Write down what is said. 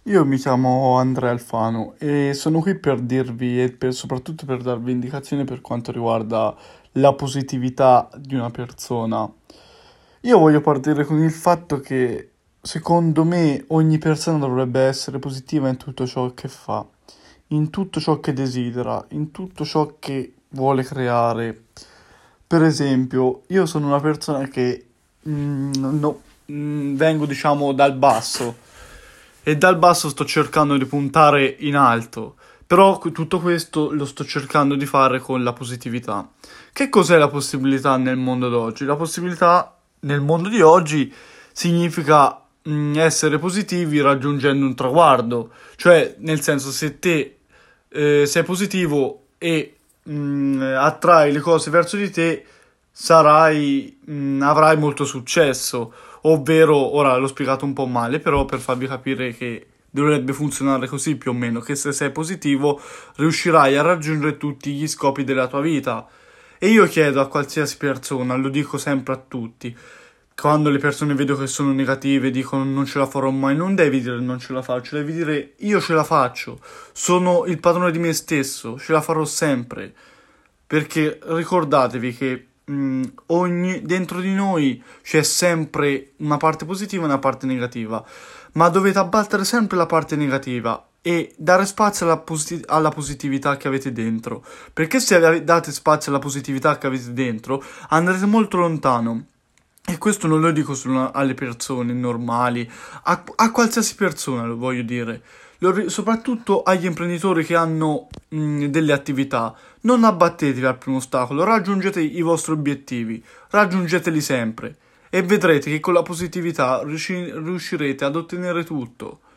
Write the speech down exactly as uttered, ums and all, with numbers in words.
Io mi chiamo Andrea Alfano e sono qui per dirvi e per- soprattutto per darvi indicazioni per quanto riguarda la positività di una persona. Io voglio partire con il fatto che secondo me ogni persona dovrebbe essere positiva in tutto ciò che fa, in tutto ciò che desidera, in tutto ciò che vuole creare. Per esempio, io sono una persona che mm, no- mm, vengo, diciamo, dal basso e dal basso sto cercando di puntare in alto. Però que- tutto questo lo sto cercando di fare con la positività. Che cos'è la possibilità nel mondo d'oggi? La possibilità nel mondo di oggi significa mm, essere positivi raggiungendo un traguardo. Cioè, nel senso, se te eh, sei positivo e mm, attrai le cose verso di te, sarai, mm, avrai molto successo. Ovvero, ora l'ho spiegato un po' male, però per farvi capire che dovrebbe funzionare così più o meno, che se sei positivo riuscirai a raggiungere tutti gli scopi della tua vita. E io chiedo a qualsiasi persona, lo dico sempre a tutti, quando le persone vedo che sono negative, dicono non ce la farò mai, non devi dire non ce la faccio, devi dire io ce la faccio, sono il padrone di me stesso, ce la farò sempre. Perché ricordatevi che mh, ogni, dentro di noi c'è sempre una parte positiva e una parte negativa, ma dovete abbattere sempre la parte negativa e dare spazio alla, posi- alla positività che avete dentro. Perché se ave- date spazio alla positività che avete dentro, andrete molto lontano. E questo non lo dico solo alle persone normali, a, a qualsiasi persona lo voglio dire. Lo ri- soprattutto agli imprenditori che hanno mh, delle attività. Non abbattetevi al primo ostacolo, raggiungete i vostri obiettivi, raggiungeteli sempre e vedrete che con la positività riusci- riuscirete ad ottenere tutto.